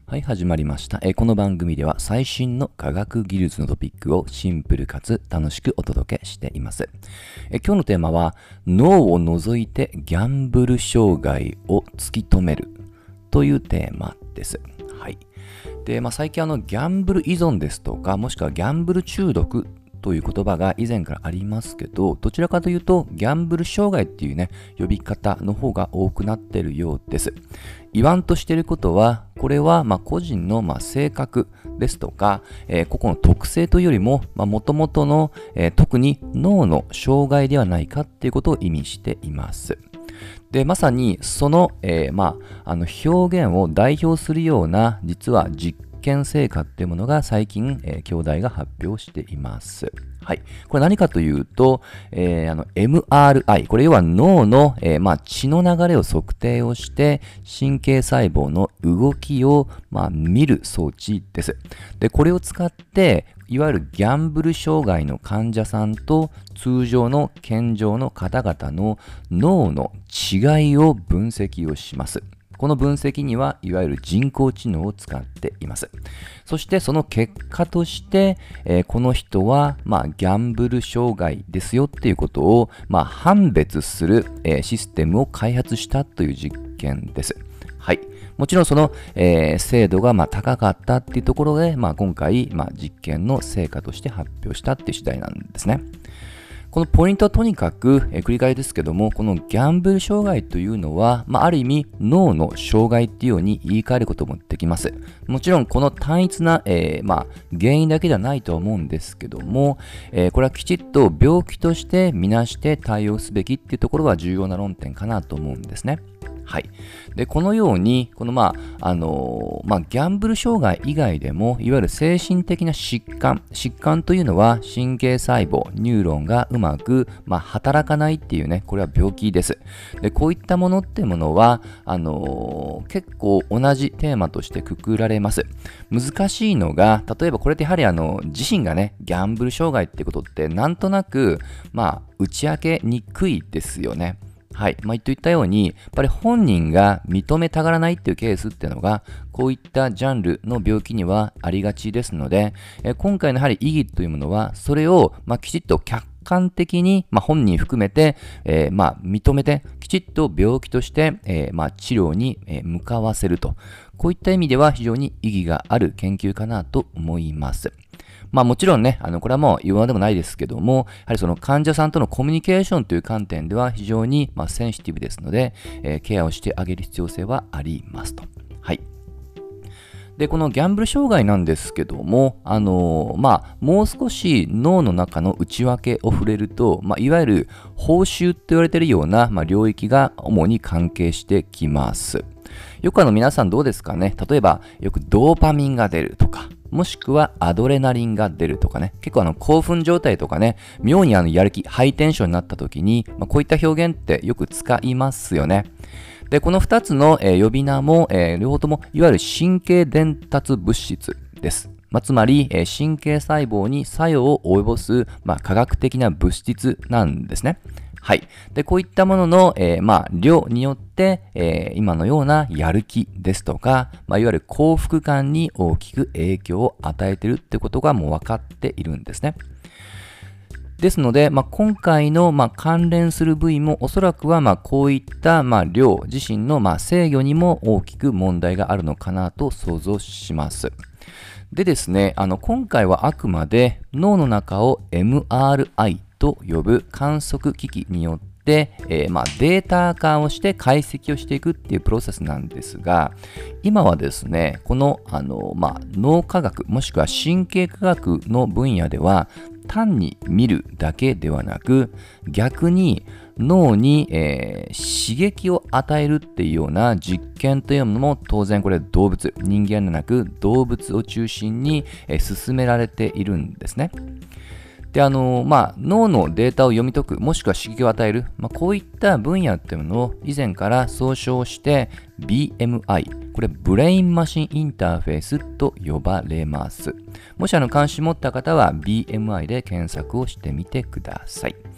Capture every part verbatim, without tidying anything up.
はい、始まりました。えーこの番組では最新の科学技術のトピックをシンプルかつ楽しくお届けしています。えー今日のテーマは、脳を除いてギャンブル障害を突き止めるというテーマです。はい。で、まあ、最近あのギャンブル依存ですとか、もしくはギャンブル中毒という言葉が以前からありますけど、どちらかというとギャンブル障害っていうね、呼び方の方が多くなっているようです。言わんとしていることは、これはまあ個人のまあ性格ですとか、えー個々の特性というよりも、もともとの、えー特に脳の障害ではないかっていうことを意味しています。で、まさにその、えーまあ、あの表現を代表するような、実は実験成果っていうものが最近、えー、京大が発表しています。はい。これ何かというと、えーあの エムアールアイ、これ要は脳の、えーまあ、血の流れを測定をして、神経細胞の動きを、まあ、見る装置です。で、これを使って、いわゆるギャンブル障害の患者さんと通常の健常の方々の脳の違いを分析をします。この分析にはいわゆる人工知能を使っています。そしてその結果として、えーこの人は、まあ、ギャンブル障害ですよっていうことを、まあ、判別する、えーシステムを開発したという実験です。はい。もちろんその、えー精度がまあ高かったっていうところで、まあ、今回、まあ、実験の成果として発表したっていう次第なんですね。このポイントはとにかく、えー繰り返しですけども、このギャンブル障害というのは、まあ、ある意味脳の障害っていうように言い換えることもできます。もちろんこの単一な、えーまあ、原因だけではないとは思うんですけども、えーこれはきちっと病気として見なして対応すべきっていうところは重要な論点かなと思うんですね。はい。で、このように、このまあ、あのーまあ、ギャンブル障害以外でも、いわゆる精神的な疾患、疾患というのは神経細胞、ニューロンがうまく、まあ、働かないっていうね、これは病気です。で、こういったものっていうものは、あのー結構同じテーマとしてくくられます。難しいのが、例えばこれってやはりあの、自身がね、ギャンブル障害ってことって、なんとなく、まあ、打ち明けにくいですよね。はい。まあ、といったように、やっぱり本人が認めたがらないっていうケースっていうのが、こういったジャンルの病気にはありがちですので、えー今回のやはり意義というものは、それを、まあ、きちっと客観的に、まあ、本人含めて、えーまあ、認めて、きちっと病気として、えーまあ、治療に、えー向かわせると。こういった意味では非常に意義がある研究かなと思います。まあもちろんね、あの、これはもう言わでもないですけども、やはりその患者さんとのコミュニケーションという観点では非常にまあセンシティブですので、えーケアをしてあげる必要性はありますと。はい。で、このギャンブル障害なんですけども、あのーまあ、もう少し脳の中の内訳を触れると、まあ、いわゆる報酬と言われているような、まあ、領域が主に関係してきます。よくあの皆さんどうですかね、例えばよくドーパミンが出るとか、もしくはアドレナリンが出るとかね、結構あの興奮状態とかね、妙にあのやる気、ハイテンションになった時に、まあ、こういった表現ってよく使いますよね。で、このふたつの、えー呼び名も、えー両方ともいわゆる神経伝達物質です。まあ、つまり、えー神経細胞に作用を及ぼす、まあ、科学的な物質なんですね。はい。で、こういったものの、えーまあ、量によって、えー今のようなやる気ですとか、まあ、いわゆる幸福感に大きく影響を与えているってことがもう分かっているんですね。ですので、まあ、今回の、まあ、関連する部位もおそらくは、まあ、こういった、まあ、量自身の、まあ、制御にも大きく問題があるのかなと想像します。でですね、あの今回はあくまで脳の中を エムアールアイ と呼ぶ観測機器によってえーまあ、データ化をして解析をしていくっていうプロセスなんですが、今はですね、この、あの、まあ、脳科学もしくは神経科学の分野では単に見るだけではなく、逆に脳に、えー刺激を与えるっていうような実験というのも当然これ動物、人間ではなく動物を中心に、えー進められているんですね。で、あのまあ、脳のデータを読み解く、もしくは刺激を与える、まあ、こういった分野っていうのを以前から総称して ビーエムアイ、これブレインマシンインターフェースと呼ばれます。もしあの関心持った方は ビーエムアイ で検索をしてみてください。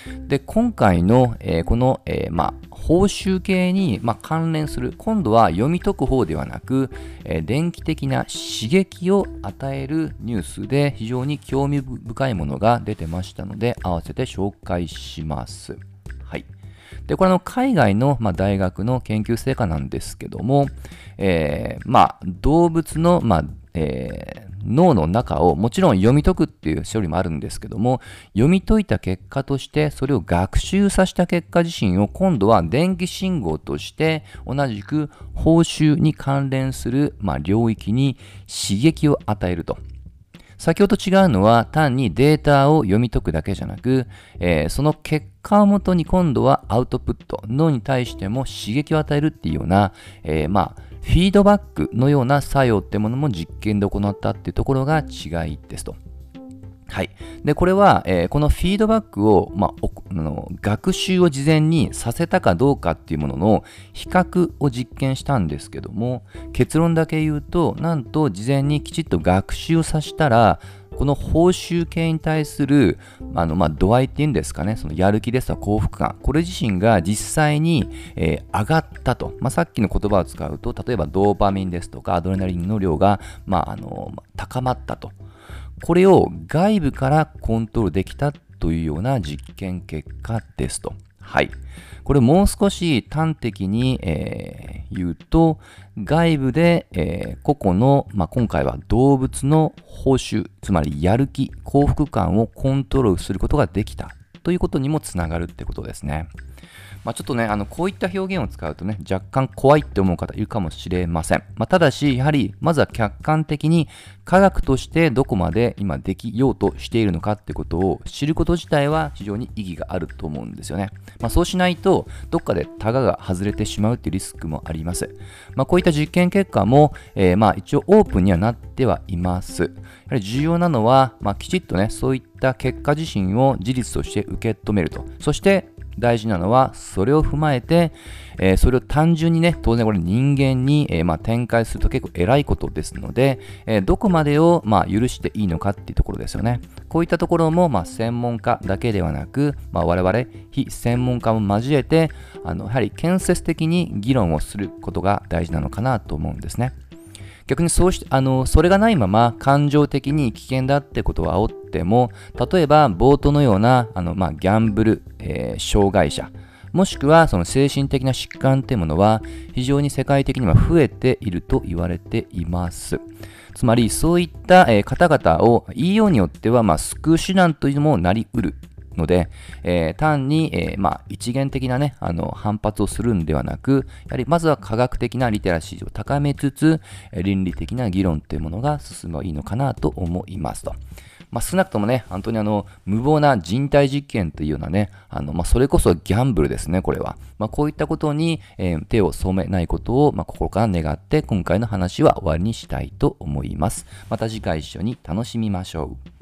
で、今回の、えーこの、えーまあ、報酬系に、まあ、関連する、今度は読み解く方ではなく、えー電気的な刺激を与えるニュースで非常に興味深いものが出てましたので、合わせて紹介します。はい。で、これあの海外の、まあ、大学の研究成果なんですけども、えーまあ、動物の、まあえー脳の中をもちろん読み解くっていう処理もあるんですけども、読み解いた結果としてそれを学習させた結果自身を今度は電気信号として同じく報酬に関連する、まあ、領域に刺激を与えると。先ほど違うのは単にデータを読み解くだけじゃなく、えーその結果をもとに今度はアウトプット、脳に対しても刺激を与えるっていうような、えーまあ、フィードバックのような作用ってものも実験で行ったっていうところが違いですと。はい。で、これは、えーこのフィードバックを、まあ、おあの学習を事前にさせたかどうかっていうものの比較を実験したんですけども、結論だけ言うと、なんと事前にきちっと学習をさせたら、この報酬系に対する、あの、まあ、度合いっていうんですかね、そのやる気ですとか幸福感、これ自身が実際に、えー上がったと。まあ、さっきの言葉を使うと、例えばドーパミンですとかアドレナリンの量が、まあ、あの、まあ高まったと。これを外部からコントロールできたというような実験結果ですと。はい。これもう少し端的に、えー言うと、外部で、えー個々の、まあ、今回は動物の報酬、つまりやる気、幸福感をコントロールすることができたということにもつながるってことですね。まあ、ちょっとね、あの、こういった表現を使うとね、若干怖いって思う方いるかもしれません。まあ、ただし、やはり、まずは客観的に科学としてどこまで今できようとしているのかってことを知ること自体は非常に意義があると思うんですよね。まあ、そうしないと、どっかでタガが外れてしまうっていうリスクもあります。まあ、こういった実験結果も、えーまあ一応オープンにはなってはいます。やはり重要なのは、まあ、きちっとね、そういった結果自身を事実として受け止めると。そして、大事なのは、それを踏まえて、えーそれを単純にね、当然これ人間に、えーまあ、展開すると結構偉いことですので、えーどこまでを、まあ、許していいのかっていうところですよね。こういったところも、まあ、専門家だけではなく、まあ、我々非専門家も交えて、あのやはり建設的に議論をすることが大事なのかなと思うんですね。逆にそうしあのそれがないまま感情的に危険だってことを煽っても、例えば冒頭のようなあの、まあ、ギャンブル、えー障害者、もしくはその精神的な疾患っていうものは非常に世界的には増えていると言われています。つまりそういった、えー方々を言いようによっては、まあ、救う手段というのもなり得るので、えー単に、えーまあ、一元的なね、あの、反発をするんではなく、やはりまずは科学的なリテラシーを高めつつ、えー倫理的な議論というものが進めばいいのかなと思いますと。まあ、少なくともね、本当にあの、無謀な人体実験というようなね、あの、まあ、それこそギャンブルですね、これは。まあ、こういったことに、えー手を染めないことを、まあ、心から願って、今回の話は終わりにしたいと思います。また次回一緒に楽しみましょう。